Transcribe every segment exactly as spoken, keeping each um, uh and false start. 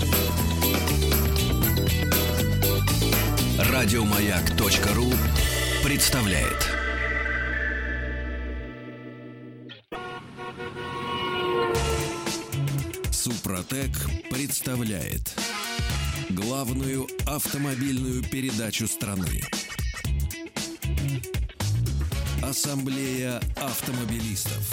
Радиомаяк.ру представляет. Супротек представляет главную автомобильную передачу страны. Ассамблея автомобилистов.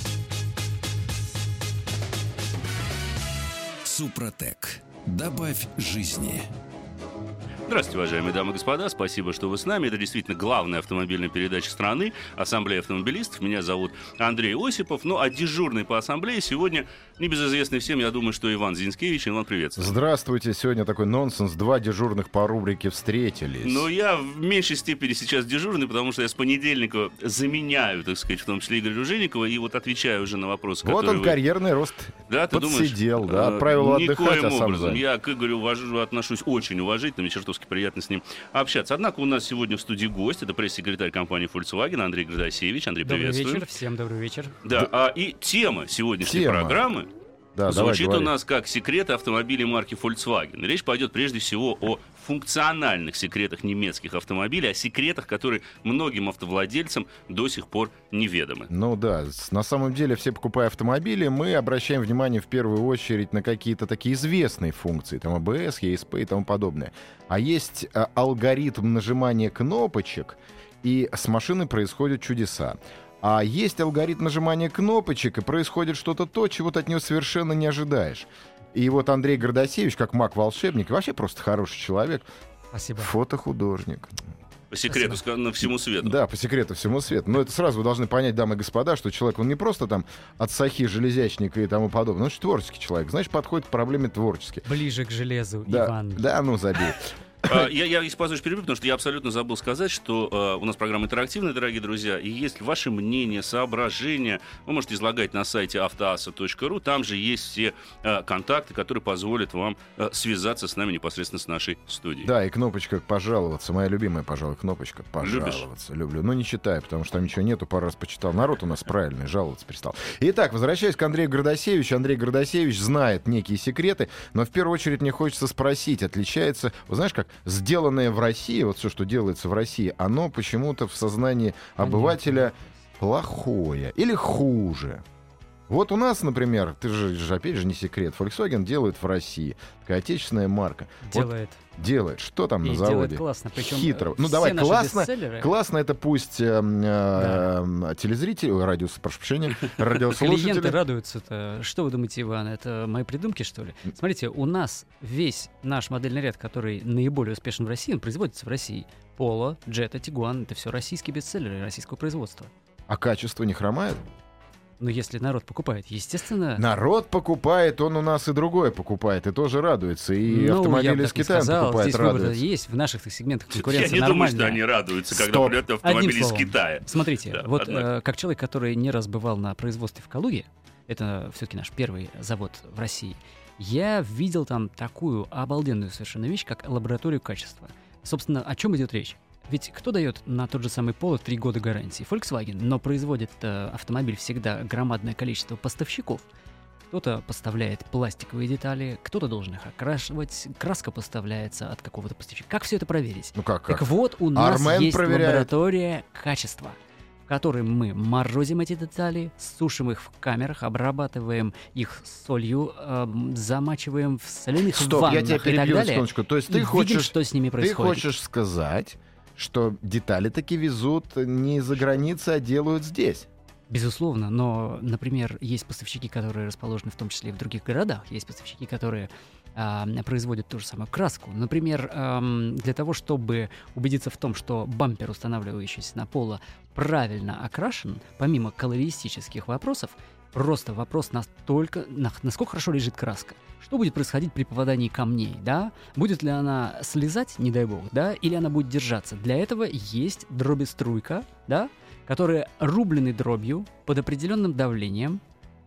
Супротек. Добавь жизни. Здравствуйте, уважаемые дамы и господа, спасибо, что вы с нами. Это действительно главная автомобильная передача страны, Ассамблея автомобилистов. Меня зовут Андрей Осипов. Ну, а дежурный по ассамблее сегодня, небезызвестный всем, я думаю, что Иван Зинскевич. Иван, приветствую. Здравствуйте, сегодня такой нонсенс. Два дежурных по рубрике встретились. Но я в меньшей степени сейчас дежурный, потому что я с понедельника заменяю, так сказать, в том числе Игоря Ружейникова, и вот отвечаю уже на вопросы, вот которые он, вы... карьерный рост. Да, ты подсидел, думаешь? да, отправил отдыхать, Никоим а сам образом. занят. Я к Игорю уважу, отношусь очень уважительно, мне чертовски приятно с ним общаться. Однако у нас сегодня в студии гость, это пресс-секретарь компании Volkswagen Андрей Градасевич. Андрей, добрый приветствую. Добрый вечер, всем добрый вечер. Да, да. А, и тема сегодняшней тема. программы да, звучит у нас как секреты автомобилей марки Volkswagen. Речь пойдет прежде всего о функциональных секретах немецких автомобилей, о секретах, которые многим автовладельцам до сих пор неведомы. Ну да, на самом деле, все покупая автомобили, мы обращаем внимание в первую очередь на какие-то такие известные функции, там эй би эс, и эс пи и тому подобное. А есть а, алгоритм нажимания кнопочек, и с машины происходят чудеса. А есть алгоритм нажимания кнопочек, и происходит что-то то, чего ты от него совершенно не ожидаешь. И вот Андрей Градасевич, как маг-волшебник, вообще просто хороший человек. Спасибо. Фотохудожник. По секрету сказано всему свету. Да, по секрету всему свету. Но это сразу вы должны понять, дамы и господа, что человек, он не просто там от сахи, железячника и тому подобное. Он же творческий человек, значит, подходит к проблеме творчески. Ближе к железу, да, Иван. Да, ну забей. Я, я если позволишь перерыв, потому что я абсолютно забыл сказать, что э, у нас программа интерактивная, дорогие друзья, и если ваше мнение, соображения, вы можете излагать на сайте автоаса точка ру, там же есть все э, контакты, которые позволят вам э, связаться с нами непосредственно с нашей студией. Да, и кнопочка «Пожаловаться», моя любимая, пожалуй, кнопочка «Пожаловаться». Любишь? Люблю, но не читаю, потому что там ничего нету, пару раз почитал. Народ у нас правильный, жаловаться перестал. Итак, возвращаясь к Андрею Градасевичу. Андрей Градасевич знает некие секреты, но в первую очередь мне хочется спросить, отличается, вы знаешь как, сделанное в России, вот все, что делается в России, оно почему-то в сознании обывателя плохое или хуже. Вот у нас, например, ты же, же опять же не секрет, Volkswagen делает в России, такая отечественная марка. Делает. Вот делает. Что там и на заводе? Делает классно. Причем хитро. Ну давай, классно. Классно это пусть э, да. э, телезрители, радиус, прошу прощения, радиослушатели. Клиенты радуются-то. Что вы думаете, Иван, это мои придумки, что ли? Смотрите, у нас весь наш модельный ряд, который наиболее успешен в России, он производится в России. Polo, Jetta, Tiguan — это все российские бестселлеры российского производства. А качество не хромает? Ну, если народ покупает, естественно... Народ покупает, он у нас и другое покупает, и тоже радуется. И ну, автомобили из Китая покупает, здесь радуется. Здесь есть в наших сегментах конкуренция Я не нормальная. думаю, что они радуются, когда Стоп. придут автомобили Одним из словом, Китая. Смотрите, Да, вот однако. э, как человек, который не раз бывал на производстве в Калуге, это все-таки наш первый завод в России, я видел там такую обалденную совершенно вещь, как лабораторию качества. Собственно, о чем идет речь? Ведь кто дает на тот же самый Polo три года гарантии? Volkswagen, но производит э, автомобиль всегда громадное количество поставщиков. Кто-то поставляет пластиковые детали, кто-то должен их окрашивать, краска поставляется от какого-то поставщика. Как все это проверить? Ну как, как? Так вот, у нас Армен есть проверяет. лаборатория качества, в которой мы морозим эти детали, сушим их в камерах, обрабатываем их солью, э, замачиваем в соляных Стоп, ваннах я тебя и так перебью далее. секундочку. То есть И ты видим, хочешь, что с ними ты происходит. хочешь сказать, что детали таки везут не из-за границы, а делают здесь? Безусловно, но, например, есть поставщики, которые расположены в том числе и в других городах. Есть поставщики, которые а, производят ту же самую краску. Например, ам, для того, чтобы убедиться в том, что бампер, устанавливающийся на Polo, правильно окрашен, помимо колористических вопросов, просто вопрос настолько, на, насколько хорошо лежит краска. Что будет происходить при попадании камней, да? Будет ли она слезать, не дай бог, да? Или она будет держаться? Для этого есть дробеструйка, да? Которая рубленой дробью под определенным давлением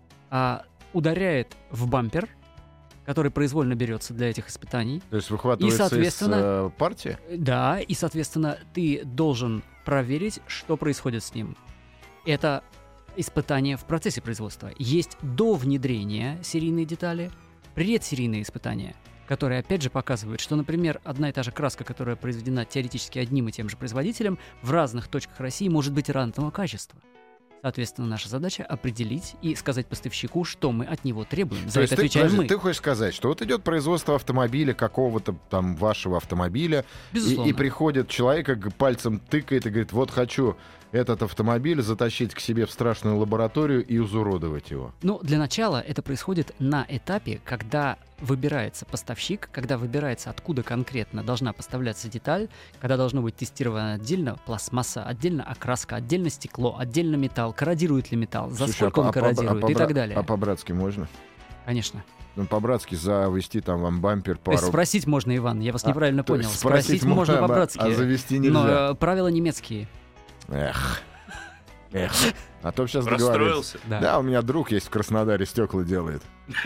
а, ударяет в бампер, который произвольно берется для этих испытаний. То есть выхватывается и, соответственно, из э, партии? Да, и, соответственно, ты должен проверить, что происходит с ним. Это испытание в процессе производства. Есть до внедрения серийные детали, предсерийные испытания, которые, опять же, показывают, что, например, одна и та же краска, которая произведена теоретически одним и тем же производителем, в разных точках России может быть разного качества. Соответственно, наша задача определить и сказать поставщику, что мы от него требуем. За То это есть ты, отвечаем подожди, мы. ты хочешь сказать, что вот идет производство автомобиля, какого-то там вашего автомобиля, и, Безусловно. и приходит человек, как пальцем тыкает и говорит, вот хочу этот автомобиль затащить к себе в страшную лабораторию и изуродовать его. Ну, для начала это происходит на этапе, когда выбирается поставщик, когда выбирается, откуда конкретно должна поставляться деталь, когда должно быть тестировано отдельно пластмасса, отдельно окраска, отдельно стекло, отдельно металл, корродирует ли металл, за Слушай, сколько а, он а, корродирует а, а, и так далее. А по-братски можно? Конечно. Ну, по-братски завести там вам бампер То пару... есть спросить можно, Иван, я вас А, неправильно то понял. есть Спросить можно а- по-братски, а завести но нельзя. э, правила немецкие. Эх. Эх. А то сейчас договорились. Расстроился? Да. Да, у меня друг есть в Краснодаре, стекла делает.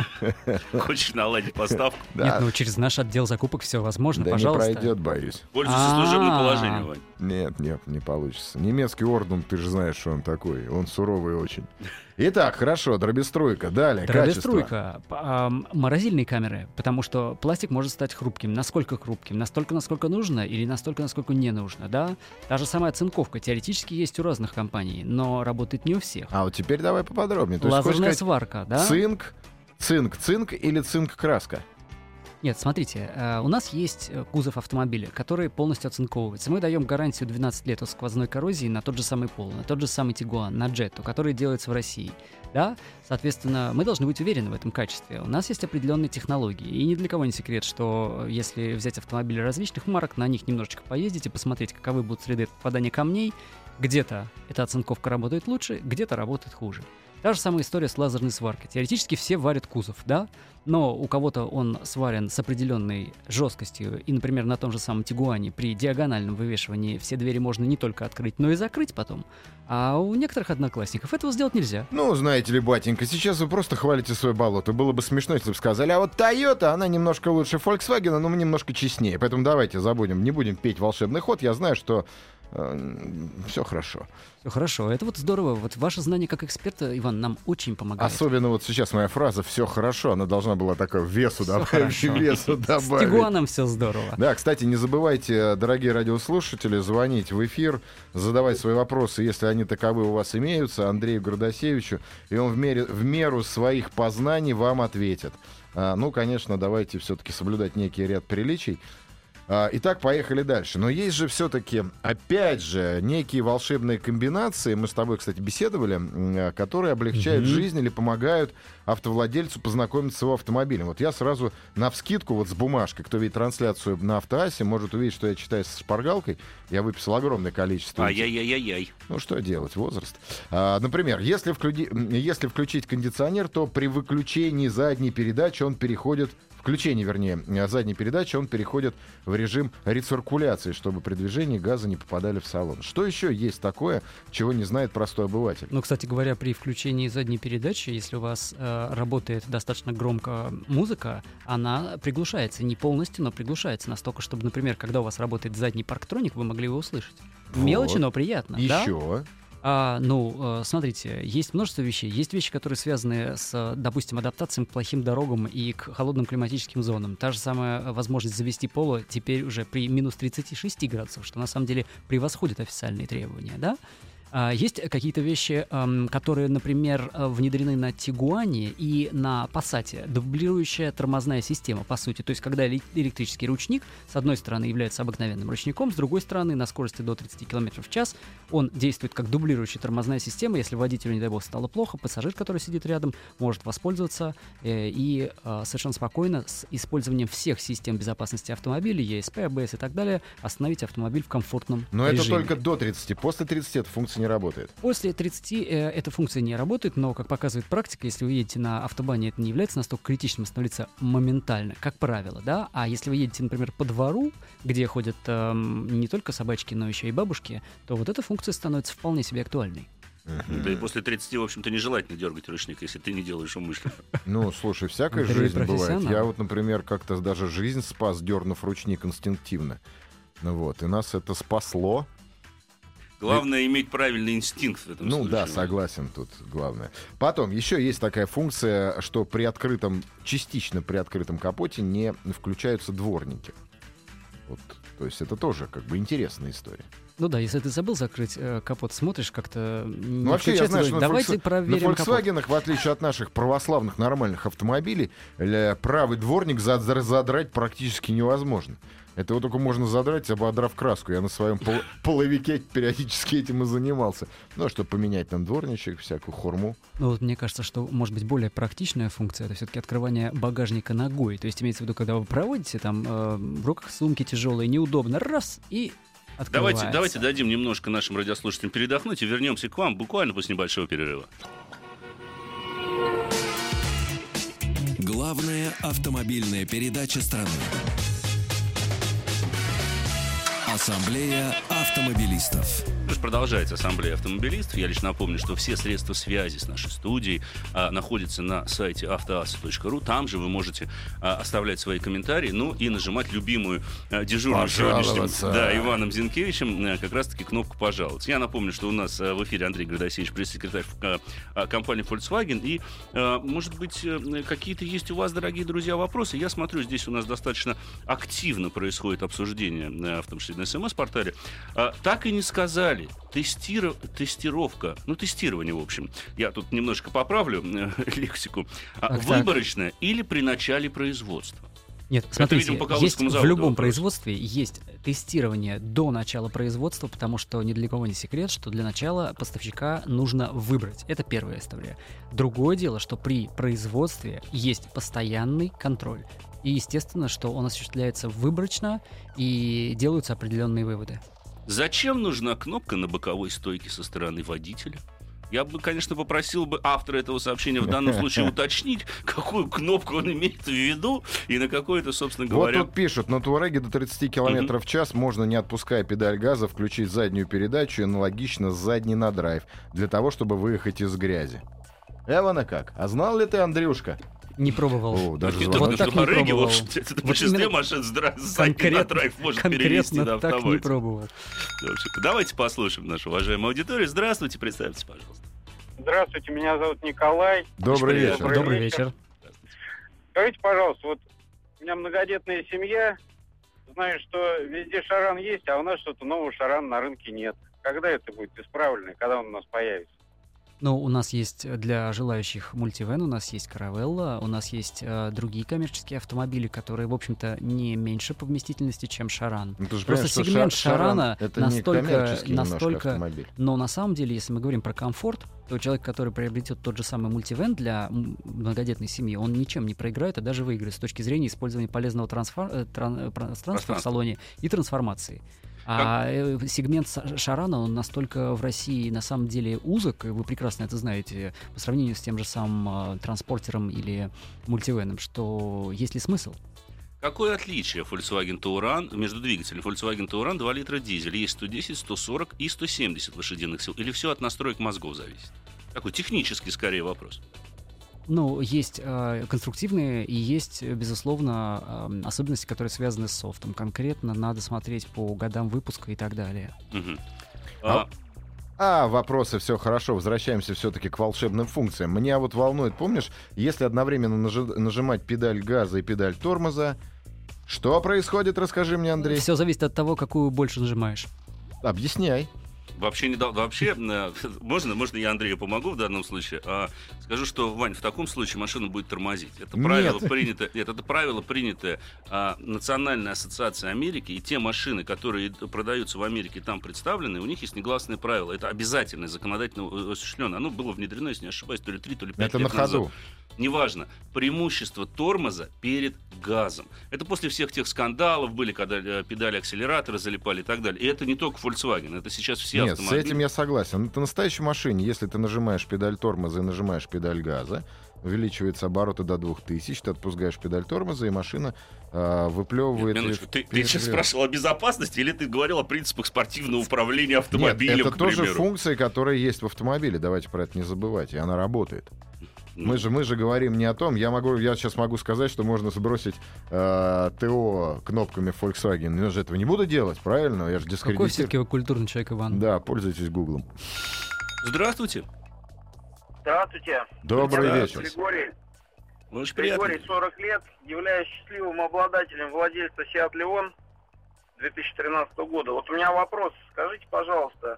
Хочешь наладить поставку? Нет, Да, ну через наш отдел закупок все возможно, да не пожалуйста. пройдет, боюсь. Пользуйся служебным А-а-а. положением, Вань. Нет, нет, не получится. Немецкий орден, ты же знаешь, что он такой. Он суровый очень. Итак, хорошо, дробестройка. Далее, качество. Дробестройка, п- ам, морозильные камеры, потому что пластик может стать хрупким. Насколько хрупким? Настолько, насколько нужно или настолько, насколько не нужно, да? Та же самая оцинковка теоретически есть у разных компаний, но работает не у всех. А вот теперь давай поподробнее. То есть, хочешь Лазерная сказать, сварка, да? цинк, цинк, цинк или цинк-краска? Нет, смотрите, э, у нас есть э, кузов автомобиля, который полностью оцинковывается. Мы даем гарантию двенадцать лет от сквозной коррозии на тот же самый пол, на тот же самый Тигуан, на Джетту, который делается в России. Да? Соответственно, мы должны быть уверены в этом качестве. У нас есть определенные технологии. И ни для кого не секрет, что если взять автомобили различных марок, на них немножечко поездить и посмотреть, каковы будут среды попадания камней, где-то эта оцинковка работает лучше, где-то работает хуже. Та же самая история с лазерной сваркой. Теоретически все варят кузов, да? Но у кого-то он сварен с определенной жесткостью, и, например, на том же самом Тигуане при диагональном вывешивании все двери можно не только открыть, но и закрыть потом. А у некоторых одноклассников этого сделать нельзя. Ну, знаете ли, батенька, сейчас вы просто хвалите свое болото. Было бы смешно, если бы сказали, а вот Toyota, она немножко лучше Volkswagen, но мы немножко честнее. Поэтому давайте забудем, не будем петь волшебный ход. Я знаю, что э, все хорошо. Всё хорошо, это вот здорово. Вот ваше знание как эксперта, Иван, нам очень помогает. Особенно вот сейчас моя фраза «все хорошо», она должна была такой весу Всё добавить. хорошо. Весу С добавить. Тигуаном все здорово. Да, кстати, не забывайте, дорогие радиослушатели, звонить в эфир, задавать свои вопросы, если они таковы у вас имеются, Андрею Гордасевичу, и он в, мере, в меру своих познаний вам ответит. А, ну, конечно, давайте все-таки соблюдать некий ряд приличий. А, итак, поехали дальше. Но есть же все-таки, опять же, некие волшебные комбинации, мы с тобой, кстати, беседовали, м, которые облегчают Мгм. жизнь или помогают автовладельцу познакомиться с его автомобилем. Вот я сразу навскидку вот с бумажкой, кто видит трансляцию на Автоассе, может увидеть, что я читаю со шпаргалкой. Я выписал огромное количество. Ай-яй-яй-яй-яй. Ну, что делать, возраст. А, например, если, вклюди- если включить кондиционер, то при выключении задней передачи он переходит, включении, вернее, задней передачи, он переходит в режим рециркуляции, чтобы при движении газы не попадали в салон. Что еще есть такое, чего не знает простой обыватель? Ну, кстати говоря, при включении задней передачи, если у вас э, работает достаточно громко музыка, она приглушается. Не полностью, но приглушается настолько, чтобы, например, когда у вас работает задний парктроник, вы могли его услышать. Вот. Мелочи, но приятно. Да? Еще. А, ну, э, смотрите, есть множество вещей. Есть вещи, которые связаны с, допустим, адаптацией к плохим дорогам и к холодным климатическим зонам. Та же самая возможность завести поло теперь уже при минус тридцати шести градусах, что на самом деле превосходит официальные требования, да? А, есть какие-то вещи, эм, которые, например, э, внедрены на Тигуане и на Пассате. Дублирующая тормозная система, по сути. То есть, когда эле- электрический ручник, с одной стороны, является обыкновенным ручником, с другой стороны, на скорости до тридцати километров в час, он действует как дублирующая тормозная система. Если водителю, не дай бог, стало плохо, пассажир, который сидит рядом, может воспользоваться э, и э, совершенно спокойно с использованием всех систем безопасности автомобиля, и эс пи, эй би эс и так далее, остановить автомобиль в комфортном Но режиме. это только до тридцати. После тридцати эта функция не работает. После тридцати э, эта функция не работает, но, как показывает практика, если вы едете на автобане, это не является настолько критичным, становится моментально, как правило, да? А если вы едете, например, по двору, где ходят эм, не только собачки, но еще и бабушки, то вот эта функция становится вполне себе актуальной. Да и после тридцати, в общем-то, нежелательно дергать ручник, если ты не делаешь умышленно. Ну, слушай, всякая Андрей жизнь бывает. профессионал. Я вот, например, как-то даже жизнь спас, дернув ручник инстинктивно. Ну вот, и нас это спасло. Главное иметь правильный инстинкт в этом Ну случае. да, согласен, тут главное. Потом, еще есть такая функция, что при открытом, частично при открытом капоте не включаются дворники. Вот, то есть это тоже как бы интересная история. Ну да, если ты забыл закрыть э, капот, смотришь как-то... Ну, вообще, я знаю, что давайте на, проверим на Volkswagen, в отличие от наших православных нормальных автомобилей, правый дворник задрать практически невозможно. Это его только можно задрать, ободрав краску. Я на своем пол- половике периодически этим и занимался. Ну, а чтобы поменять там дворничек, всякую хурму. Ну, вот мне кажется, что, может быть, более практичная функция — это все-таки открывание багажника ногой. То есть имеется в виду, когда вы проводите, там э, в руках сумки тяжелые, неудобно, раз, и открывается. Давайте, давайте дадим немножко нашим радиослушателям передохнуть и вернемся к вам буквально после небольшого перерыва. Главная автомобильная передача страны. Ассамблея автомобилистов. Продолжается ассамблея автомобилистов. Я лишь напомню, что все средства связи с нашей студией а, находятся на сайте автоаса точка ру. Там же вы можете а, оставлять свои комментарии, ну и нажимать любимую а, дежурную сегодняшним да, Иваном Зинкевичем а, как раз-таки кнопку «Пожаловаться». Я напомню, что у нас а, в эфире Андрей Градосевич, пресс-секретарь а, а, компании Volkswagen. И, а, может быть, а, какие-то есть у вас, дорогие друзья, вопросы? Я смотрю, здесь у нас достаточно активно происходит обсуждение, а, в том числе на СМС-портале. А, так и не сказали. Тестиров... Тестировка, ну, тестирование, в общем. Я тут немножко поправлю э, лексику. А, так, выборочное так. Или при начале производства? Нет, это, смотрите, видимо, по есть заводу в любом вопрос. производстве есть тестирование до начала производства, потому что ни для кого не секрет, что для начала поставщика нужно выбрать. Это первая история. Другое дело, что при производстве есть постоянный контроль. И естественно, что он осуществляется выборочно и делаются определенные выводы. Зачем нужна кнопка на боковой стойке со стороны водителя? Я бы, конечно, попросил бы автора этого сообщения в данном случае уточнить, какую кнопку он имеет в виду и на какой это, собственно говоря... Вот тут пишут, на Туареге до тридцать километров в час можно, не отпуская педаль газа, включить заднюю передачу и аналогично задний на драйв, для того, чтобы выехать из грязи. Эвана как? А знал ли ты, Андрюшка? Не пробовал. О, даже не звонок. Вот так не пробовал. Это Вот большинство именно машин с дра- с задней на драйв может перевести на конкретно так не автомате. пробовал. Давайте послушаем нашу уважаемую аудиторию. Здравствуйте, представьтесь, пожалуйста. Здравствуйте, меня зовут Николай. Добрый Привет. вечер. Добрый вечер. Скажите, пожалуйста, вот у меня многодетная семья, знаю, что везде шаран есть, а у нас что-то нового шарана на рынке нет. Когда это будет исправлено, и когда он у нас появится? Ну, у нас есть для желающих мультивэн, у нас есть Caravella, у нас есть э, другие коммерческие автомобили, которые, в общем-то, не меньше по вместительности, чем Шаран. Ну, ты же Просто понимаешь, что сегмент Шар- Шарана это настолько- не коммерческий немножко настолько- автомобиль. Но на самом деле, если мы говорим про комфорт, то человек, который приобретет тот же самый мультивэн для м, многодетной семьи, он ничем не проиграет, а даже выиграет с точки зрения использования полезного трансфа- э, тран- э, пространства в салоне и трансформации. А э, сегмент Са- Шарана, он настолько в России на самом деле узок, и вы прекрасно это знаете, по сравнению с тем же самым э, транспортером или мультивеном, что есть ли смысл? Какое отличие Volkswagen Touran между двигателем Volkswagen Touran два литра дизель? Есть сто десять, сто сорок и сто семьдесят лошадиных сил. Или все от настроек мозгов зависит? Такой технический, скорее, вопрос. Ну, есть э, конструктивные и есть, безусловно, э, особенности, которые связаны с софтом. Конкретно надо смотреть по годам выпуска и так далее. Мгм. А- А, А, вопросы, все хорошо, возвращаемся все-таки к волшебным функциям. Меня вот волнует, помнишь, если одновременно нажи- нажимать педаль газа и педаль тормоза, что происходит, расскажи мне, Андрей. Все зависит от того, какую больше нажимаешь. Объясняй. Вообще, не дал, вообще э, можно, можно я Андрею помогу в данном случае. А, скажу, что, Вань, в таком случае машина будет тормозить. Это правило Нет. принято, нет, это правило принятое а, Национальной ассоциацией Америки, и те машины, которые продаются в Америке и там представлены, у них есть негласное правило. Это обязательно законодательно осуществлено. Оно было внедрено, если не ошибаюсь, то ли три, то ли пять Это лет на ходу. назад. Неважно. Преимущество тормоза перед газом. Это после всех тех скандалов были, когда э, педали акселератора залипали и так далее. И это не только Volkswagen, это сейчас все Нет, автомобили. с этим я согласен. Это настоящей машине, если ты нажимаешь педаль тормоза и нажимаешь педаль газа, увеличиваются обороты до двух тысяч, ты отпускаешь педаль тормоза, и машина а, выплевывает... Нет, минуточку, ты, ты вперед. сейчас спрашивал о безопасности или ты говорил о принципах спортивного управления автомобилем, Нет, это к тоже примеру? функция, которая есть в автомобиле. Давайте про это не забывать, и она работает. Мы же, мы же говорим не о том, я могу, я сейчас могу сказать, что можно сбросить э, ТО кнопками Volkswagen, но я же этого не буду делать, правильно? Я же дискредитирую. Какой все-таки вы культурный человек, Иван? Да, пользуйтесь Гуглом. Здравствуйте. Здравствуйте. Добрый Меня вечер. Григорий. Очень приятно. Григорий, сорок лет, являюсь счастливым обладателем владельца Seat Leon две тысячи тринадцатого года. Вот у меня вопрос. Скажите, пожалуйста,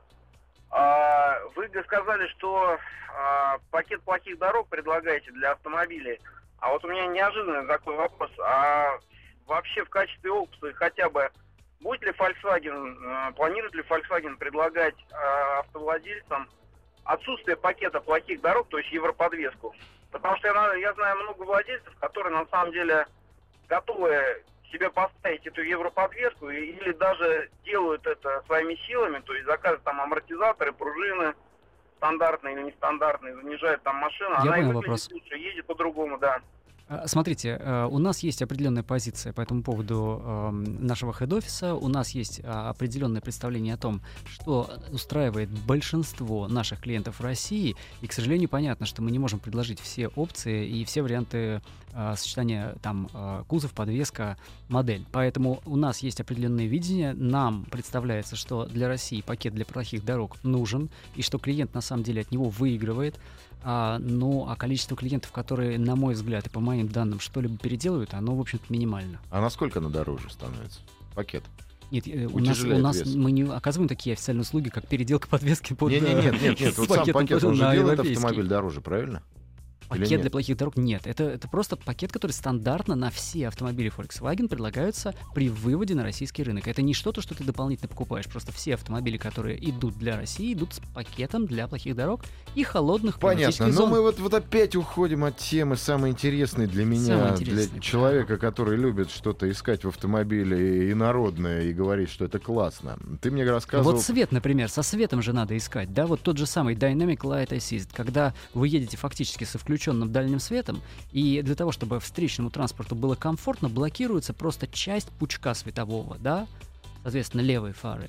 а, вы сказали, что а, пакет плохих дорог предлагаете для автомобилей. А вот у меня неожиданный такой вопрос. А вообще в качестве опции хотя бы будет ли Volkswagen, планирует ли Volkswagen предлагать а, автовладельцам отсутствие пакета плохих дорог, то есть европодвеску? Потому что я, я знаю много владельцев, которые на самом деле готовы себе поставить эту европодвеску или даже делают это своими силами, то есть заказывают там амортизаторы, пружины стандартные или нестандартные, занижают там машину, Я она понял и вопрос. выглядит лучше, едет по-другому, да. Смотрите, у нас есть определенная позиция по этому поводу э, нашего хед-офиса. У нас есть определенное представление о том, что устраивает большинство наших клиентов в России. И, к сожалению, понятно, что мы не можем предложить все опции и все варианты э, сочетания там, э, кузов, подвеска, модель. Поэтому у нас есть определенное видение. Нам представляется, что для России пакет для плохих дорог нужен, и что клиент на самом деле от него выигрывает. А, ну, а количество клиентов, которые, на мой взгляд, и по моим данным, что-либо переделывают, оно, в общем-то, минимально. А насколько оно дороже становится? Пакет. Нет, у нас, у нас мы не оказываем такие официальные услуги, как переделка подвески под Нет, нет, нет, нет, нет. Вот сам пакет, он же делает автомобиль дороже, правильно? Пакет для плохих дорог нет. Это, это просто пакет, который стандартно на все автомобили Volkswagen предлагаются при выводе на российский рынок. Это не что-то, что ты дополнительно покупаешь. Просто все автомобили, которые идут для России, идут с пакетом для плохих дорог и холодных климатических зон. Понятно, но мы вот, вот опять уходим от темы самой интересной для меня, интересной, для человека, который любит что-то искать в автомобиле инородное и говорить, что это классно. Ты мне рассказывал... Вот свет, например, со светом же надо искать, да, вот тот же самый Dynamic Light Assist, когда вы едете фактически со включенным дальним светом, и для того, чтобы встречному транспорту было комфортно, блокируется просто часть пучка светового, да, соответственно, левой фары.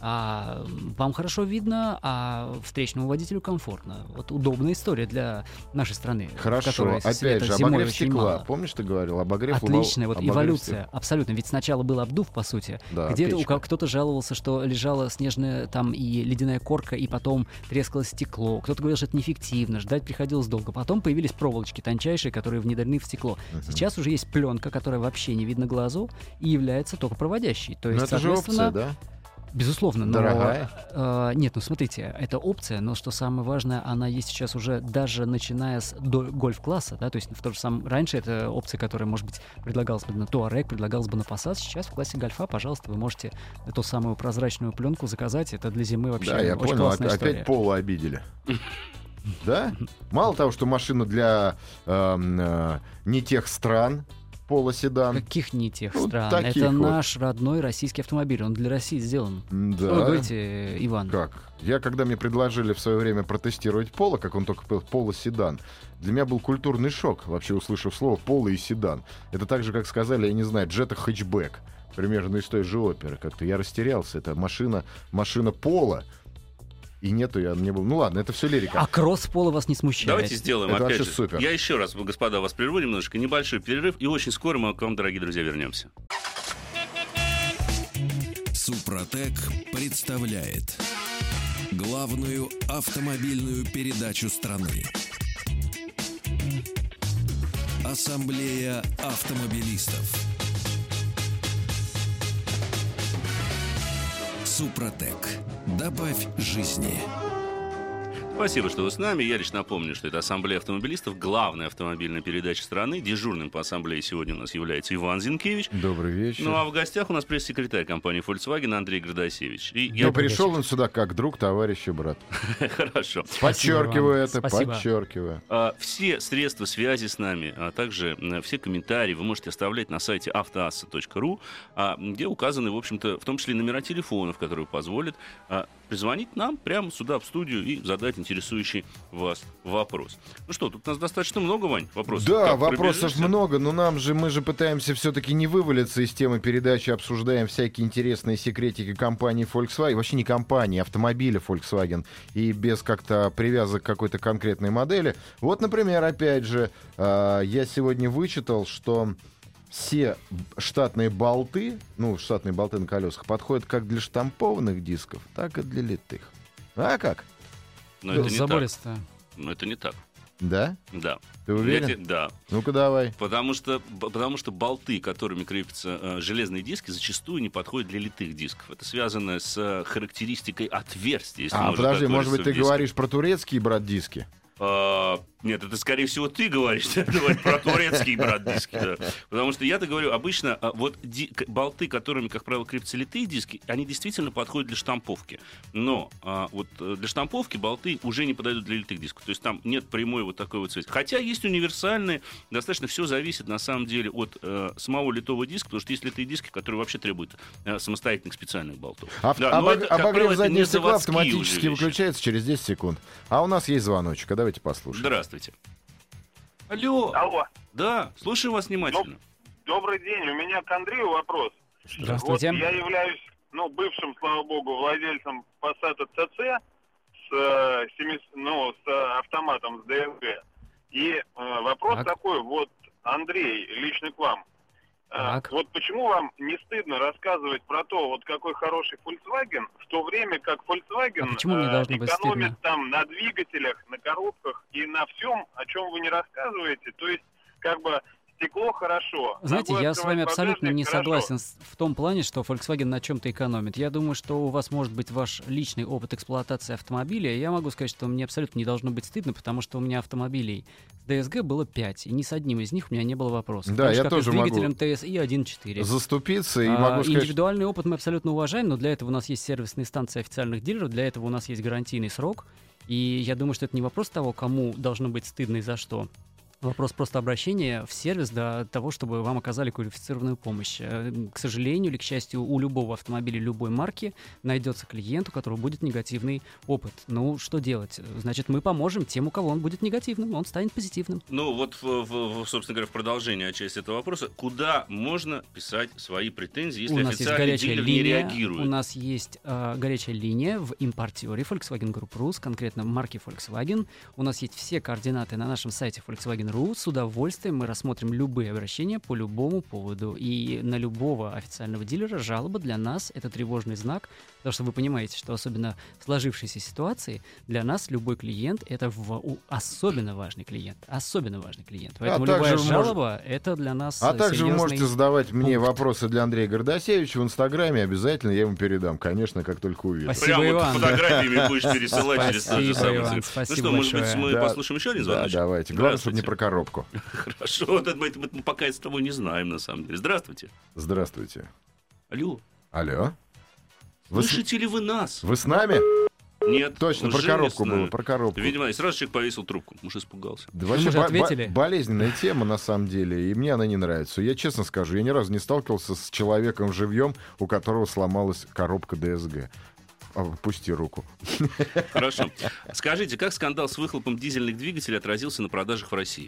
А вам хорошо видно, а встречному водителю комфортно. Вот удобная история для нашей страны. Хорошо, опять же, обогрев стекла. Мало. Помнишь, ты говорил, обогрев Отличная лоб... вот эволюция, стекла. Абсолютно. Ведь сначала был обдув, по сути. Да, где-то у, кто-то жаловался, что лежала снежная там и ледяная корка, и потом трескалось стекло. Кто-то говорил, что это неэффективно, ждать приходилось долго. Потом появились проволочки тончайшие, которые внедрены в стекло. Uh-huh. Сейчас уже есть пленка, которая вообще не видно глазу и является только проводящей. То есть, но это же опция, да? Безусловно, но... Дорогая? Э, нет, ну смотрите, это опция, но что самое важное, она есть сейчас уже даже начиная с до гольф-класса, да, то есть в то же самое... Раньше это опция, которая, может быть, предлагалась бы на Touareg, предлагалась бы на Passat, сейчас в классе гольфа, пожалуйста, вы можете ту самую прозрачную пленку заказать, это для зимы вообще да, я очень понял, классная история. Опять Пола обидели. Да? Мало того, что машина для не тех стран, Пола-седан. Каких не тех вот стран? Это вот. наш родной российский автомобиль. Он для России сделан. Да. Что вы говорите, Иван? Как? Я, когда мне предложили в свое время протестировать Пола, как он только был Пола-седан, для меня был культурный шок, вообще услышав слово Пола и седан. Это так же, как сказали, я не знаю, Джета хэтчбэк. Примерно из той же оперы. Как-то я растерялся. Это машина, машина Пола. И нету, я не был. Ну ладно, это все лирика. А кросс Пола вас не смущает? Давайте сделаем это опять же. Супер. Я еще раз, господа, вас прерву немножечко. Небольшой перерыв. И очень скоро мы к вам, дорогие друзья, вернемся. Супротек представляет главную автомобильную передачу страны. Ассамблея автомобилистов. Супротек. Добавь жизни. Спасибо, что вы с нами. Я лишь напомню, что это Ассамблея автомобилистов, главная автомобильная передача страны. Дежурным по ассамблее сегодня у нас является Иван Зинкевич. Добрый вечер. Ну а в гостях у нас пресс-секретарь компании Volkswagen Андрей Градасевич. И я пришел он сюда как друг, товарищ и брат. Хорошо. Подчеркиваю это, подчеркиваю. Все средства связи с нами, а также все комментарии вы можете оставлять на сайте автоасса точка ру, где указаны, в общем-то, в том числе номера телефонов, которые позволят позвонить нам прямо сюда в студию и задать интересные интересующий вас вопрос. Ну что, тут у нас достаточно много, Вань, вопросов. Да, Как, вопросов пробежишься? много, но нам же, мы же пытаемся все-таки не вывалиться из темы передачи, обсуждаем всякие интересные секретики компании Volkswagen, вообще не компании, автомобиля Volkswagen, и без как-то привязок к какой-то конкретной модели. Вот, например, опять же, э, я сегодня вычитал, что все штатные болты, ну, штатные болты на колесах, подходят как для штампованных дисков, так и для литых. А как? Но это не так. Забористо. Но это не так. Да? Да. Ты уверен? Я те- Да. Ну-ка давай. Потому что, б- потому что болты, которыми крепятся э, железные диски, зачастую не подходят для литых дисков. Это связано с э, характеристикой отверстия. Если А, можно подожди, так может быть, выразиться, ты в диске. говоришь про турецкие, брат, диски? А, нет, это, скорее всего, ты говоришь, давай, про турецкие, брат, диски. Да. Потому что я-то говорю, обычно а, вот ди- к- болты, которыми, как правило, крепятся литые диски, они действительно подходят для штамповки. Но а, вот э, для штамповки болты уже не подойдут для литых дисков. То есть там нет прямой вот такой вот связи. Хотя есть универсальные, достаточно все зависит, на самом деле, от э, самого литого диска, потому что есть литые диски, которые вообще требуют э, самостоятельных специальных болтов. Ав- Да, но обог- это, как обогрев правило, это заднего не стекла заводские уже автоматически вещи. выключается через десять секунд. А у нас есть звоночек, а давайте послушаем. Здравствуйте. Алло. Алло, Да, слушаю вас внимательно. добрый день. У меня к Андрею вопрос. Здравствуйте. Вот я являюсь, ну, бывшим, слава богу, владельцем Passat си си с, э, семи- ну, с э, автоматом, с ди эс джи. И э, вопрос Так. такой, вот, Андрей, лично к вам. Э, Так. Вот почему вам не стыдно рассказывать про то, вот какой хороший Volkswagen, в то время как Volkswagen А почему мне э, должно быть экономит стыдно? там на двигателях, на коробках и на всем, о чем вы не рассказываете. То есть, как бы, стекло хорошо. Знаете, ногой я с вами открывать абсолютно багажник не хорошо. согласен с- в том плане, что Volkswagen на чем-то экономит. Я думаю, что у вас может быть ваш личный опыт эксплуатации автомобиля. И я могу сказать, что мне абсолютно не должно быть стыдно, потому что у меня автомобилей с ди эс джи было пять, и ни с одним из них у меня не было вопросов. Да, Так же, я как тоже и с могу двигателем ти эс и один четыре. Заступиться и А, могу сказать, Индивидуальный опыт мы абсолютно уважаем, но для этого у нас есть сервисные станции официальных дилеров, для этого у нас есть гарантийный срок. И я думаю, что это не вопрос того, кому должно быть стыдно и за что. Вопрос просто обращения в сервис для того, чтобы вам оказали квалифицированную помощь. Э, К сожалению или к счастью, у любого автомобиля любой марки найдется клиент, у которого будет негативный опыт. Ну, что делать? Значит, мы поможем тем, у кого он будет негативным, он станет позитивным. Ну, вот, в, в- в, собственно говоря, в продолжение части этого вопроса, куда можно писать свои претензии, если у нас есть официальный горячая дилер не линия. реагирует? У нас есть э, горячая линия в импортере Volkswagen Group Rus, конкретно марки Volkswagen. У нас есть все координаты на нашем сайте Volkswagen Rus. С удовольствием мы рассмотрим любые обращения по любому поводу. И на любого официального дилера жалоба для нас — это тревожный знак, потому что вы понимаете, что особенно в сложившейся ситуации для нас любой клиент — это в, у- особенно важный клиент. Особенно важный клиент. Поэтому также любая вы мож- жалоба — это для нас А э, также вы серьезный можете задавать мне пункт. вопросы для Андрея Гордасевича в Инстаграме. Обязательно я ему передам, конечно, как только увижу. Спасибо. Прямо вот Иван. фотографиями будешь пересылать через тот же Спасибо, самый Иван, сайт. спасибо Ну что, может быть, большое. мы Да. послушаем еще один Да, звоночек? давайте. Главное, чтобы не Здравствуйте. про коробку. Хорошо, вот это мы, это мы пока с тобой не знаем, на самом деле. Здравствуйте. Здравствуйте. Алло. Алло? Вы с, Слышите ли вы нас? вы с нами? Нет. Точно, уже про коробку не знаю. было, про коробку. Видимо, и сразу человек повесил трубку. Муж испугался. Да Мы вообще же бо- бо- ответили. болезненная тема, на самом деле, и мне она не нравится. Я честно скажу, я ни разу не сталкивался с человеком живьем, у которого сломалась коробка ди эс джи. А, Пусти руку. Хорошо. Скажите, как скандал с выхлопом дизельных двигателей отразился на продажах в России?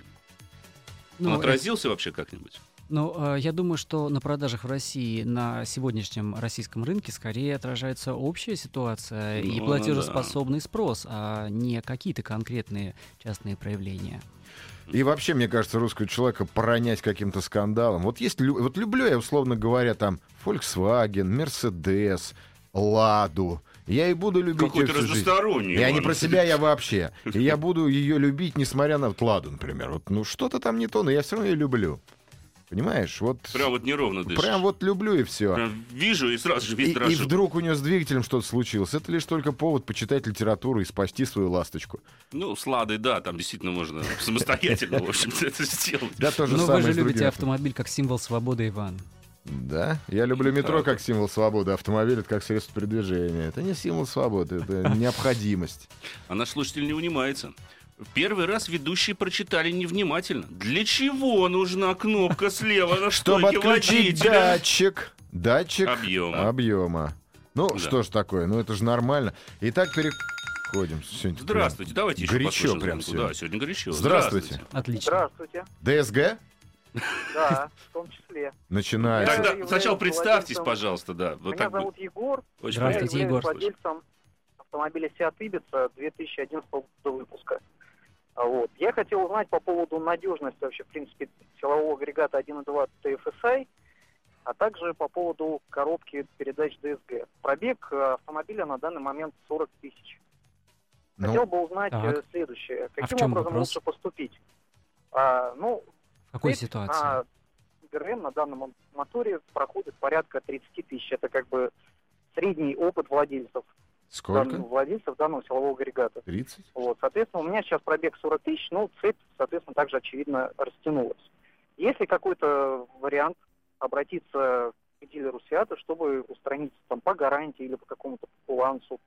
Ну, Он это- отразился вообще как-нибудь? Ну, э, я думаю, что на продажах в России на сегодняшнем российском рынке скорее отражается общая ситуация и Ну, платежеспособный спрос, а не какие-то конкретные частные проявления. И вообще, мне кажется, русского человека поронять каким-то скандалом. Вот есть, лю- вот люблю я, условно говоря, там Volkswagen, Mercedes, Ладу. Я и буду любить ее Какой-то всю жизнь. разносторонний. Я не Иван. про себя, я вообще. И я буду ее любить, несмотря на вот Ладу, например. Вот, ну, что-то там не то, но я все равно ее люблю. Понимаешь? Вот Прям вот неровно дышишь. прям вот люблю и все. Прям вижу и сразу же И, весь и дрожу. вдруг у нее с двигателем что-то случилось. Это лишь только повод почитать литературу и спасти свою ласточку. Ну, с Ладой, да, там действительно можно самостоятельно, в общем-то, это сделать. Да, то же Но вы самое же с любите другими. автомобиль как символ свободы, Иван. Да, я люблю метро Так. как символ свободы, автомобиль это как средство передвижения. Это не символ свободы, это необходимость. А наш слушатель не унимается. Первый раз ведущие прочитали невнимательно. Для чего нужна кнопка слева на Чтобы стойке отключить водителя? датчик, датчик Объема. объема. Ну, Да. что ж такое, ну это же нормально. Итак, переходим переходим. Сегодня Здравствуйте, давайте еще горячо послушаем прям звонку. сегодня. Да, сегодня горячо. Здравствуйте. Отлично. Здравствуйте. ДСГ? Да, в том числе. Начинается. Тогда являюсь сначала представьтесь, владельцем- пожалуйста, да. Вот Меня так зовут Егор. Очень Здравствуйте, Я приятно. Егор. являюсь владельцем автомобиля Seat Ibiza две тысячи одиннадцатого года выпуска. А Вот. Я хотел узнать по поводу надежности вообще, в принципе, силового агрегата один и два ти эф эс ай, а также по поводу коробки передач ди эс джи. Пробег э, автомобиля на данный момент сорок тысяч. Ну, Хотел бы узнать так. э, следующее. А в Каким чем образом вопрос? лучше поступить? А, ну, В какой цепь ситуации? на ГРМ на данном моторе проходит порядка тридцать тысяч. Это как бы средний опыт владельцев, сколько? дан- владельцев данного силового агрегата. тридцать? Вот, соответственно, у меня сейчас пробег сорок тысяч, но цепь, соответственно, также очевидно растянулась. Есть ли какой-то вариант обратиться к дилеру Seat, чтобы устранить там по гарантии или по какому-то балансу?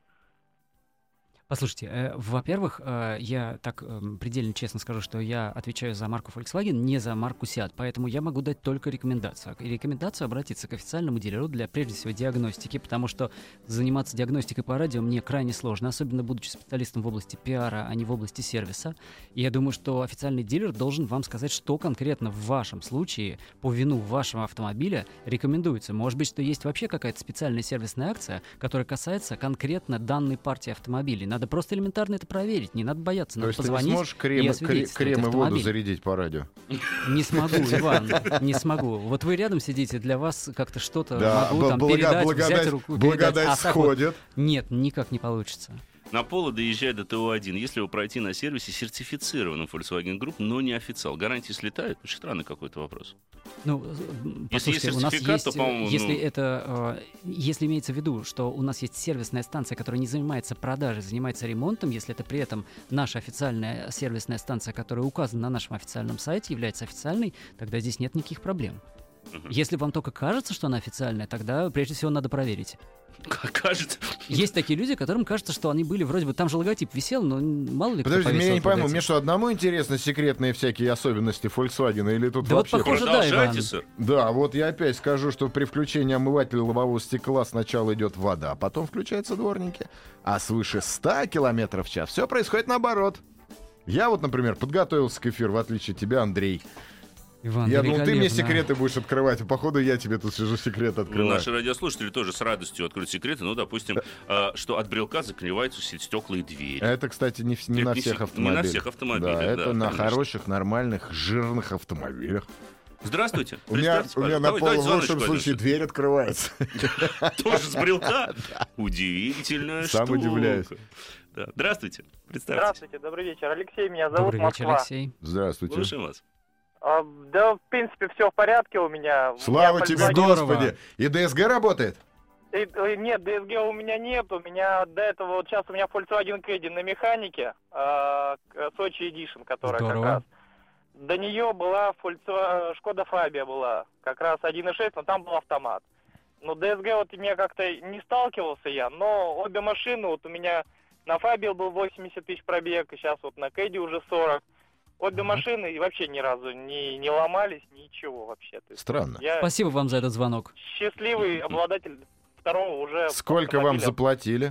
Послушайте, э, во-первых, э, я так э, предельно честно скажу, что я отвечаю за марку Volkswagen, не за марку Seat, поэтому я могу дать только рекомендацию. И рекомендацию обратиться к официальному дилеру для, прежде всего, диагностики, потому что заниматься диагностикой по радио мне крайне сложно, особенно будучи специалистом в области пиара, а не в области сервиса. И я думаю, что официальный дилер должен вам сказать, что конкретно в вашем случае по вину вашего автомобиля рекомендуется. Может быть, что есть вообще какая-то специальная сервисная акция, которая касается конкретно данной партии автомобилей. Надо просто элементарно это проверить, не надо бояться, То надо есть ты не позвонить сможешь и крем, кре- освидетельствовать крем и воду автомобиль. зарядить по радио? Не смогу, Иван, не смогу. Вот вы рядом сидите, для вас как-то что-то Да, могу бл- там блага- передать, взять благодать, руку, благодать передать. А так вот сходит. нет, никак не получится. На поло доезжает до тэ о один. Если его пройти на сервисе сертифицированным Volkswagen Group, но не официал. Гарантии слетают? Очень странный какой-то вопрос. Ну, Если есть послушайте, у нас сертификат, есть, то, по-моему, если ну- это, э, если имеется в виду, что у нас есть сервисная станция, которая не занимается продажей, занимается ремонтом, если это при этом наша официальная сервисная станция, которая указана на нашем официальном сайте, является официальной, тогда здесь нет никаких проблем. Мгм. Если вам только кажется, что она официальная, тогда прежде всего надо проверить. Как кажется. Есть такие люди, которым кажется, что они были вроде бы, там же логотип висел, но мало ли кто Подожди, повесил меня не этот пойму, логотип. мне что, одному интересны секретные всякие особенности Volkswagen, или тут Да вот вообще... похоже, да, Продолжайте, Иван. сэр. Да, вот я опять скажу, что при включении омывателя лобового стекла сначала идет вода, потом включаются дворники, а свыше ста километров в час все происходит наоборот. Я вот, например, подготовился к эфиру, в отличие от тебя, Андрей. Иван, Я думал, ты мне великолепно. секреты будешь открывать, а походу я тебе тут сижу секреты Ну, открываю. наши радиослушатели тоже с радостью откроют секреты. Ну, допустим, э, что от брелка закрываются все стекла и двери. Это, кстати, не, в- не Это на не всех все- не автомобилях. на всех автомобилях, Да, это да, на конечно. хороших, нормальных, жирных автомобилях. Здравствуйте. У меня, Представьте, у меня на давай- полу давайте в лучшем звоночку случае возьмем. дверь открывается. Тоже с брелка? Удивительная Сам штука. удивляюсь. Да. Здравствуйте. Представьте. Здравствуйте, добрый вечер. Алексей, меня зовут, Добрый вечер, Москва. Алексей. Здравствуйте. Слушаем вас. А, да, в принципе, все в порядке у меня. У Слава меня тебе, Volkswagen- Здорово. Господи! И ДСГ работает? И- и Нет, ди эс джи у меня нет. У меня до этого, вот сейчас у меня Volkswagen Caddy на механике, а, к- Сочи Edition, которая Здорово. как раз. До нее была Volkswagen, Шкода Фабия была, как раз один и шесть, но там был автомат. Но ди эс джи вот у меня как-то не сталкивался я, но обе машины, вот у меня на Фабии был восемьдесят тысяч пробег, и сейчас вот на Caddy уже сорок. Обе машины и вообще ни разу не, не ломались, ничего вообще. То есть Странно. я Спасибо вам за этот звонок. счастливый обладатель второго уже Сколько вам автомобиля. заплатили?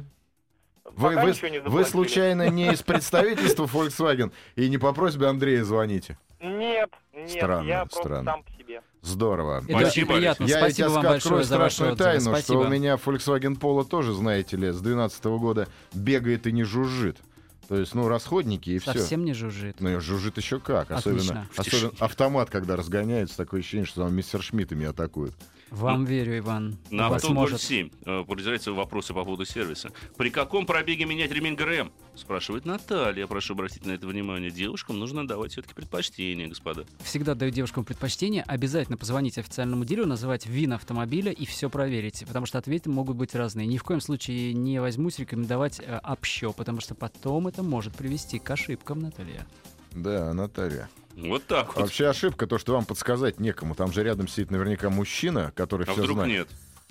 Вы, Пока вы, ничего не вы заплатили. случайно не из представительства Volkswagen и не по просьбе Андрея звоните? Нет, нет, Странно, я просто странно. сам по себе. Здорово. Это очень Спасибо, приятно. Я Спасибо тебе вам ска- большое открою за ваши страшную отзывы. тайну, Спасибо. что у меня Volkswagen Polo тоже, знаете ли, с двенадцатого года бегает и не жужжит. То есть, ну, расходники и все. Совсем не жужжит. Ну, жужжит еще как. Особенно, Отлично. особенно автомат, когда разгоняется, такое ощущение, что там мистер Шмидтами атакуют. Вам верю, Иван. На У вас авто может. семь э, продолжаются вопросы по поводу сервиса. При каком пробеге менять ремень ГРМ? Спрашивает Наталья. Прошу обратить на это внимание. Девушкам нужно давать все-таки предпочтение, господа. Всегда даю девушкам предпочтение. Обязательно позвонить официальному дилеру, называть ВИН автомобиля и все проверить. Потому что ответы могут быть разные. Ни в коем случае не возьмусь рекомендовать э, общо, потому что потом это может привести к ошибкам, Наталья. Да, Наталья. Вот так вот. Вообще ошибка то, что вам подсказать некому. Там же рядом сидит наверняка мужчина, который А все вдруг знает. нет?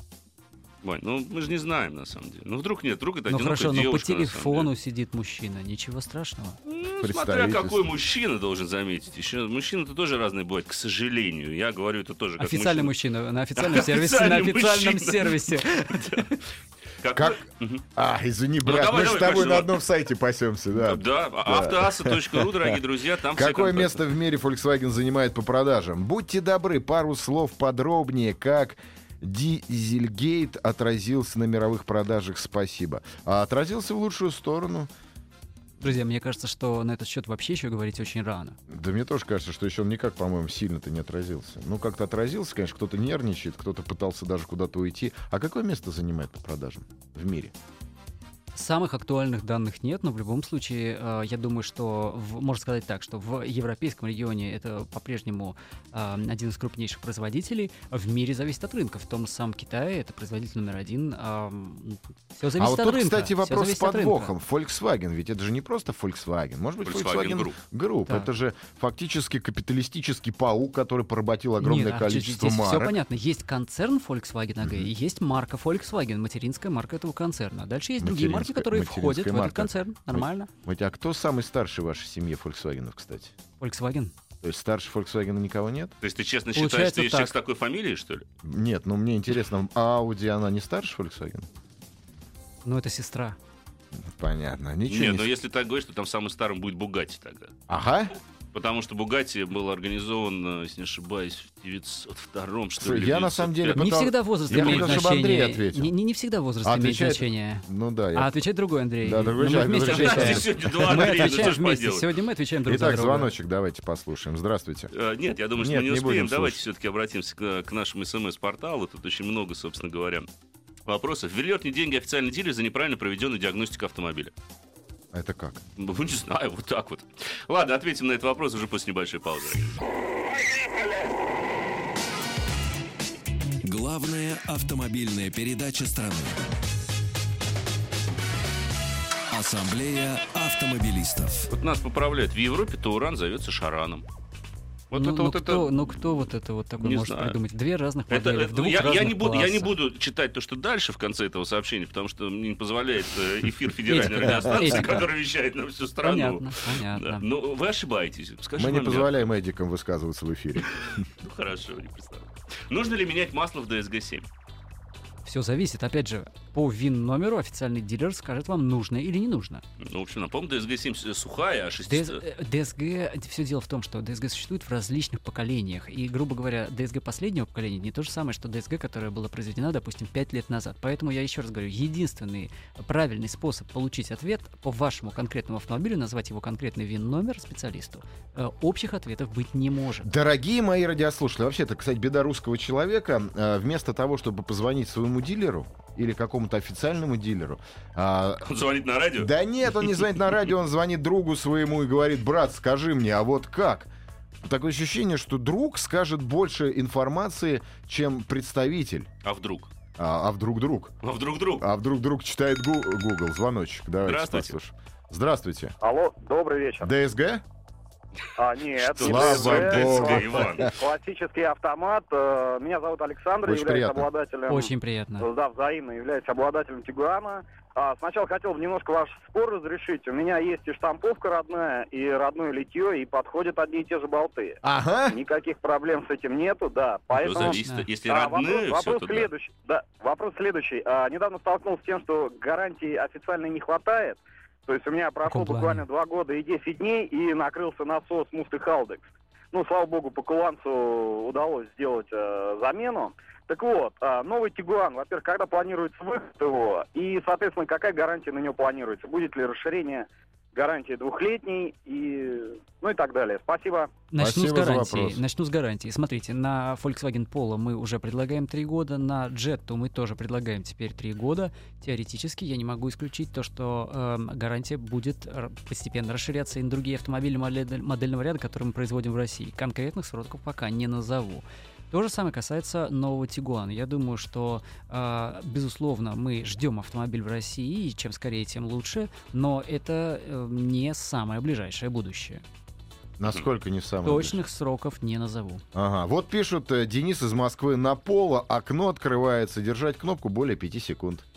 Вань, ну мы же не знаем, на самом деле. Ну вдруг нет, вдруг это Ну одинокая хорошо, но по девушка, на самом телефону деле. сидит мужчина. Ничего страшного. Ну, смотря Представительство. какой мужчина, должен заметить. Еще мужчины-то тоже разные бывают, к сожалению. Я говорю это тоже как Официальный мужчина. мужчина на официальном сервисе. На Официальный официальном мужчина. сервисе. Какой... Как? Мгм. А, извини, Ну, брат, давай, мы же давай, с тобой конечно, на вот. одном сайте пасемся, да. Да, автоаса точка ру, дорогие друзья, там все Какое контакты. место в мире Volkswagen занимает по продажам? Будьте добры, пару слов подробнее, как Дизельгейт отразился на мировых продажах. Спасибо. А отразился в лучшую сторону. Друзья, мне кажется, что на этот счет вообще еще говорить очень рано. Да мне тоже кажется, что еще он никак, по-моему, сильно-то не отразился. Ну, как-то отразился, конечно, кто-то нервничает, кто-то пытался даже куда-то уйти. А какое место занимает по продажам в мире? Самых актуальных данных нет, но в любом случае, э, я думаю, что, в, можно сказать так, что в европейском регионе это по-прежнему э, один из крупнейших производителей. В мире зависит от рынка. В том же самом Китае это производитель номер один. Э, все зависит А вот от тут, рынка. кстати, Всё вопрос с зависит от рынка. подвохом. Volkswagen, ведь это же не просто Volkswagen. Может быть, Volkswagen Volkswagen Group. Group. Так. Это же фактически капиталистический паук, который поработил огромное Нет, а количество здесь все марок. понятно. Есть концерн Volkswagen эй джи, и есть марка Volkswagen, материнская марка этого концерна. А дальше есть другие марки, Материнская- которые материнская входят в этот марка. концерн. Нормально. Мать, а кто самый старший в вашей семье Volkswagen, кстати? Volkswagen. То есть старше Volkswagen никого нет? То есть ты честно Получается считаешь, что есть человек так. с такой фамилией, что ли? Нет, ну мне интересно, а Audi, она не старше Volkswagen? Ну, это сестра. Понятно. Ничего Нет, не... но если так говоришь, то там самым старым будет Бугатти тогда. Ага. Потому что Бугатти был организован, если не ошибаюсь, в девятьсот втором, что ли. Я в на самом деле девятьсот пятом. Не Пытал- всегда возраст Я имеет хотел, чтобы Андрей значение. ответил. Не, не, не всегда возраст А имеет отвечает- значение. Ну да, я... А отвечает другой Андрей. Да, другой Но человек, мы вместе другой человек. отвечаем. Сегодня два Мы Андрея, ну отвечаем что ж вместе. поделать. Сегодня мы отвечаем друг за Итак, друга. звоночек давайте послушаем. Здравствуйте. Э, Нет, я думаю, что Нет, мы не не успеем. будем Давайте слушать. все-таки обратимся к, к нашему смс-порталу. Тут очень много, собственно говоря, вопросов. Вернет ли деньги официальный дилер за неправильно проведенную диагностику автомобиля? Это как? Ну, не знаю, вот так вот. Ладно, ответим на этот вопрос уже после небольшой паузы. Главная автомобильная передача страны. Ассамблея автомобилистов. Вот нас поправляют. В Европе Тауран зовется Шараном. Вот ну, это ну вот кто, это... ну кто вот это вот такое Не может знаю. придумать? Две разных Это, модели, это- в двух я, я, разных не буду, я не классах. буду читать то, что дальше в конце этого сообщения, потому что мне не позволяет э, эфир федеральной Этика, радиостанции, этика. который вещает на всю страну. Понятно, Да. понятно. Ну, вы ошибаетесь. Скажу Мы не вам, я- позволяем эдикам высказываться в эфире. Ну, хорошо, не представляю. Нужно ли менять масло в ди эс джи семь? Все зависит. Опять же, по ВИН-номеру официальный дилер скажет вам, нужно или не нужно. Ну, в общем, напомню, ди эс джи семь сухая, а шесть... ди эс- э, ди эс джи, все дело в том, что ди эс джи существует в различных поколениях. И, грубо говоря, ди эс джи последнего поколения не то же самое, что ди эс джи, которая была произведена, допустим, пять лет назад. Поэтому я еще раз говорю, единственный правильный способ получить ответ по вашему конкретному автомобилю, назвать его конкретный ВИН-номер специалисту. Э, Общих ответов быть не может. Дорогие мои радиослушатели, вообще это, кстати, беда русского человека. Э, Вместо того, чтобы позвонить своему дилеру или какому-то официальному дилеру, а, Он звонит на радио? да нет, он не звонит на радио, он звонит другу своему и говорит: брат, скажи мне, а вот как? Такое ощущение, что друг скажет больше информации, чем представитель. А вдруг? А, а вдруг друг? А вдруг друг? А вдруг друг читает гу- Google? Звоночек. Давайте Здравствуйте. послушаем. Здравствуйте. Алло, добрый вечер. ди эс джи? А, нет, Что не Слава ди эс джи, богу. ДСГ, Иван? классический автомат. Э, Меня зовут Александр, Очень являюсь приятно. обладателем... Очень приятно. Да, взаимно, являюсь обладателем Тигуана. А, сначала хотел бы немножко ваш спор разрешить. У меня есть и штамповка родная, и родное литье, и подходят одни и те же болты. Ага. Никаких проблем с этим нету, да. Все Поэтому... зависит. Если А, родные, вопрос, все вопрос то да. следующий. Да, вопрос следующий. А, недавно столкнулся с тем, что гарантии официально не хватает. То есть у меня прошло каком буквально плане? два года и десять дней, и накрылся насос Муфты Халдекс. Ну, слава богу, по кулансу удалось сделать э, замену. Так вот, э, новый Тигуан, во-первых, когда планируется выход его, и, соответственно, какая гарантия на него планируется? Будет ли расширение гарантии двухлетней, и, ну и так далее. Спасибо. Начну Спасибо с за гарантии. вопрос. Начну с гарантии. Смотрите, на Volkswagen Polo мы уже предлагаем три года, на Jetta мы тоже предлагаем теперь три года. Теоретически я не могу исключить то, что эм, гарантия будет р- постепенно расширяться и на другие автомобили модель- модельного ряда, которые мы производим в России. Конкретных сроков пока не назову. То же самое касается нового Тигуана. Я думаю, что, э, безусловно, мы ждем автомобиль в России, и чем скорее, тем лучше, но это э, не самое ближайшее будущее. Насколько не самое. Точных сроков не назову. Ага. Вот пишут, э, Денис из Москвы: на Поло окно открывается, держать кнопку более пяти секунд.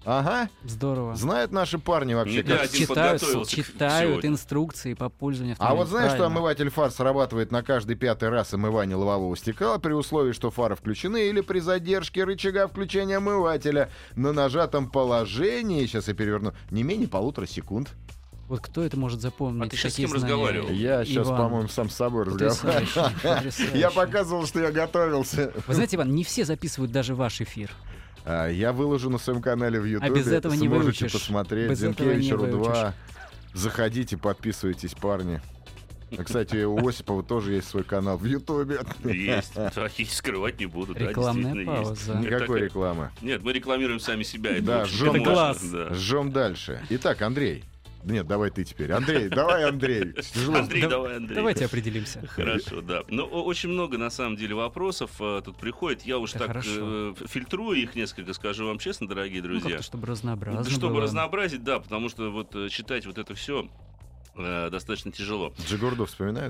Ага. Здорово. Знают наши парни вообще, Не как... один Читают, подготовился к читают сегодня. инструкции по пользованию А автомобилем. вот знаешь, что Правильно. омыватель фар срабатывает на каждый пятый раз омывания лобового стекла при условии, что фары включены, или при задержке рычага включения омывателя на нажатом положении, сейчас я переверну, не менее полутора секунд. Вот кто это может запомнить? А ты щас с Такие кем знания? разговаривал? Я сейчас, Иван. по-моему, сам с собой Потрясающе, разговаривал. потрясающе. Я показывал, что я готовился. Вы знаете, Иван, не все записывают даже ваш эфир. А, Я выложу на своем канале в Ютубе. А без этого не Сможете выучишь. посмотреть. Без этого Зинкевич не Ру два. выучишь. Заходите, подписывайтесь, парни. А, кстати, у Осипова тоже есть свой канал в Ютубе. Есть. Да, есть, скрывать не буду. Да, Рекламная действительно есть. пауза. Это Никакой так- рекламы. Нет, мы рекламируем сами себя. Это Да, очень жжём важно. класс. Да. Жжем дальше. Итак, Андрей. Нет, давай ты теперь. Андрей, давай, Андрей. Тяжело. Андрей, Да- давай, Андрей. Давайте определимся. Хорошо, да. Но о- очень много, на самом деле, вопросов э, тут приходит. Я уж Это так хорошо. э, фильтрую их несколько, скажу вам честно, дорогие Ну, друзья. как-то, чтобы разнообразно Чтобы было. разнообразить, да, потому что вот э, читать вот это все достаточно тяжело. Джигурду вспоминают?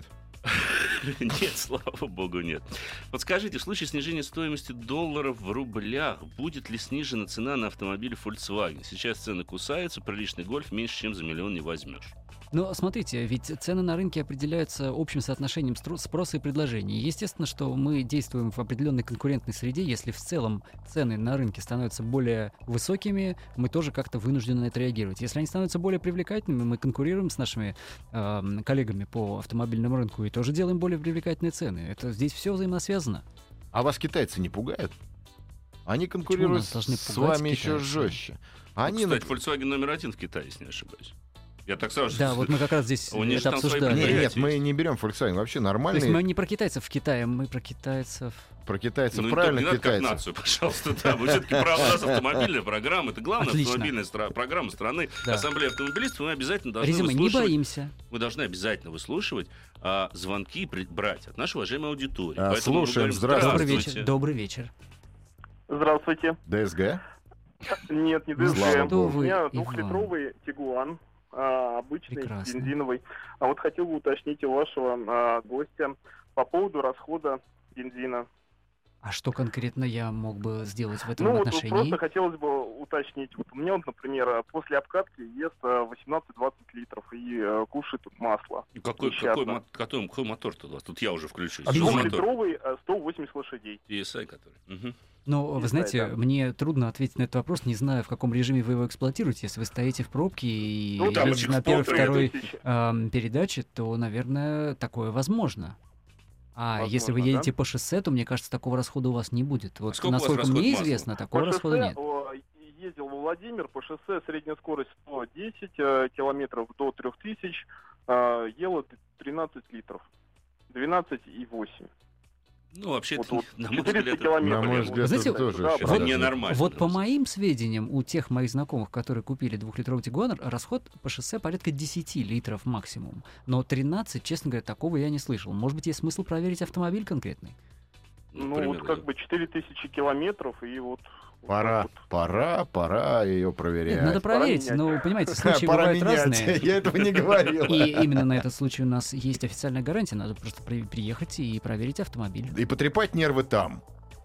Нет, слава богу, нет. Вот скажите, в случае снижения стоимости доллара в рублях, будет ли снижена цена на автомобиль Volkswagen? Сейчас цены кусаются, приличный гольф меньше, чем за миллион не возьмешь. Но смотрите, ведь цены на рынке определяются общим соотношением стру- спроса и предложения. Естественно, что мы действуем в определенной конкурентной среде. Если в целом цены на рынке становятся более высокими, мы тоже как-то вынуждены на это реагировать. Если они становятся более привлекательными, мы конкурируем с нашими эм, коллегами по автомобильному рынку и тоже делаем более привлекательные цены. Это здесь все взаимосвязано. А вас китайцы не пугают? Они конкурируют нас должны с пугать вами еще китайцы? жестче. Они, Кстати, нап- Volkswagen номер один в Китае, если не ошибаюсь. Я так сразу... Да, вот мы как раз здесь У них это же там свои обсуждали. Нет, предприятия нет, мы есть. не берем Volkswagen. Вообще То нормальные. есть мы не про китайцев в Китае, мы про китайцев. Про китайцев, Ну, правильно, не надо как китайцев. нацию, пожалуйста, да. Мы все-таки про нас автомобильная программа. Это главная Отлично. автомобильная стра- программа страны. Да. Ассамблея автомобилистов. Мы обязательно должны Резюме, не выслушивать. боимся. Мы должны обязательно выслушивать а, звонки и при- брать от нашей уважаемой аудитории. А, Поэтому мы слушаем. говорим, Здравствуйте. Добрый вечер. Добрый вечер. Здравствуйте. ДСГ? Нет, не Ну, ДСГ. слава У богу. меня Иван. двухлитровый Тигуан, а, обычный, Прекрасно. бензиновый. А вот хотел бы уточнить у вашего а, гостя по поводу расхода бензина. А что конкретно я мог бы сделать в этом Ну, вот отношении? просто хотелось бы уточнить. Вот у меня, вот, например, после обкатки ест а, восемнадцать-двадцать литров и а, кушает масло. И Какой, Нещадно. какой, мо- какой, какой мотор-то у вас? Тут я уже включусь. А Что за мотор? Двухлитровый, а, сто восемьдесят лошадей. ти эс ай который. Мгм. Но, вы Не знаете, знаю, да. мне трудно ответить на этот вопрос, не знаю, в каком режиме вы его эксплуатируете. Если вы стоите в пробке и Ну, там едете очень на первой, полторы второй тысячи. эм, передаче, то, наверное, такое возможно. А Возможно, если вы да? едете по шоссе, то, мне кажется, такого расхода у вас не будет. Вот сколько у вас насколько расход мне масла? известно, По такого расхода шоссе нет. о, ездил во Владимир, по шоссе средняя скорость сто десять э, километров до трех тысяч, э, ело тринадцать литров, двенадцать и восемь. Ну, вообще, Вот, это, вот, на мой четыреста взгляд, это- километров. На мой Вот. взгляд, Знаете, это тоже да, очень это вот- даже. ненормально. Вот по моим сведениям, у тех моих знакомых, которые купили двухлитровый Тигуан, расход по шоссе порядка десять литров максимум. Но тринадцать, честно говоря, такого я не слышал. Может быть, есть смысл проверить автомобиль конкретный? Ну, например, вот как бы четыре тысячи километров, и вот... вот Пора, так вот. пора, пора ее Нет, проверять. надо Пора проверить, менять. но, понимаете, случаи Пора бывают менять. разные. Я этого не говорил. И именно на этот случай у нас есть официальная гарантия, надо просто при- приехать и проверить автомобиль. И потрепать нервы там.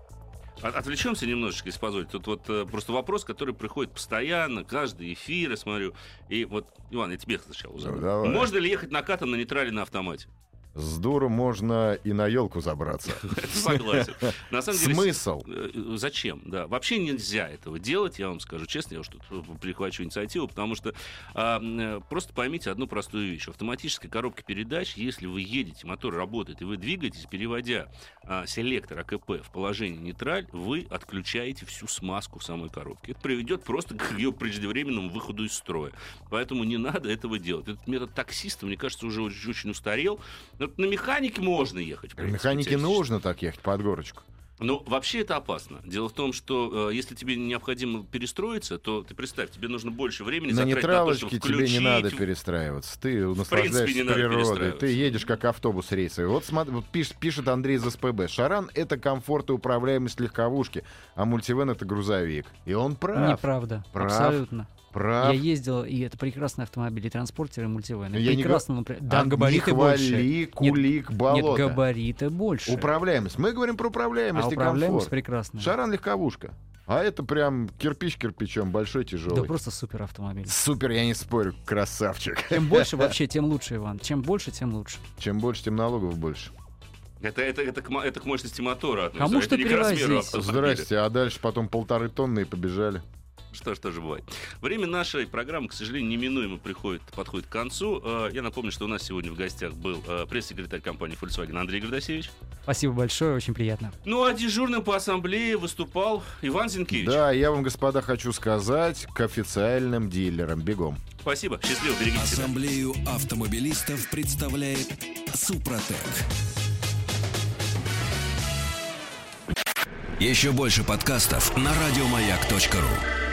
От- Отвлечемся немножечко, если позволите. Тут вот э, просто вопрос, который приходит постоянно, каждый эфир, я смотрю. И вот, Иван, я тебе сначала задам. Ну, давай. Можно ли ехать накатом на нейтрале на автомате? С дуру можно и на елку забраться. Это согласен. На самом деле, Смысл? э, э, зачем? Да, вообще нельзя этого делать, я вам скажу честно, я уж тут э, перехвачу инициативу, потому что а, э, просто поймите одну простую вещь. В автоматической коробке передач, если вы едете, мотор работает, и вы двигаетесь, переводя а, селектор а ка пэ в положение нейтраль, вы отключаете всю смазку в самой коробке. Это приведет просто к ее преждевременному выходу из строя. Поэтому не надо этого делать. Этот метод таксиста, мне кажется, уже очень, очень устарел. Но на механике можно ехать. в принципе, Механике теоретически. нужно так ехать под горочку. Ну, вообще это опасно. Дело в том, что э, если тебе необходимо перестроиться, то ты представь, тебе нужно больше времени На затратить на то, нейтралочке чтобы тебе не включить. надо перестраиваться. Ты принципе, наслаждаешься не надо природой. перестраиваться. Ты едешь как автобус рейсовый. Вот, смотри, вот пишет, пишет Андрей из эс пэ бэ. Шаран — это комфорт и управляемость легковушки, а мультивэн — это грузовик. И он прав. Неправда. Прав. Абсолютно. Прав. Я ездил, и это прекрасный автомобиль, и транспортер, и мультивэн. Я не Прекрасно. напр- Да, А габариты не больше. хвали, кулик, Нет, болото. габариты больше. Управляемость. Мы говорим про управляемость А и управляемость комфорт. прекрасная. Шаран легковушка. А это прям кирпич кирпичом, большой, тяжелый. Да просто супер автомобиль. Супер, я не спорю, красавчик. Чем больше вообще, тем лучше, Иван. Чем больше, тем лучше. Чем больше, тем налогов больше. Это, это, это, к, мо- это к мощности мотора относится. Кому это что не к размеру перевозить? автомобиля. Здрасте, а дальше потом полторы тонны и побежали. Что ж, тоже бывает. Время нашей программы, к сожалению, неминуемо приходит, подходит к концу. Э, Я напомню, что у нас сегодня в гостях был э, пресс-секретарь компании Volkswagen Андрей Гордасевич. Спасибо большое, очень приятно. Ну а дежурным по ассамблее выступал Иван Зинкевич. Да, я вам, господа, хочу сказать, к официальным дилерам. Бегом. Спасибо, счастливо, берегите себя. Ассамблею автомобилистов представляет Супротек. Еще больше подкастов на радиомаяк точка ру.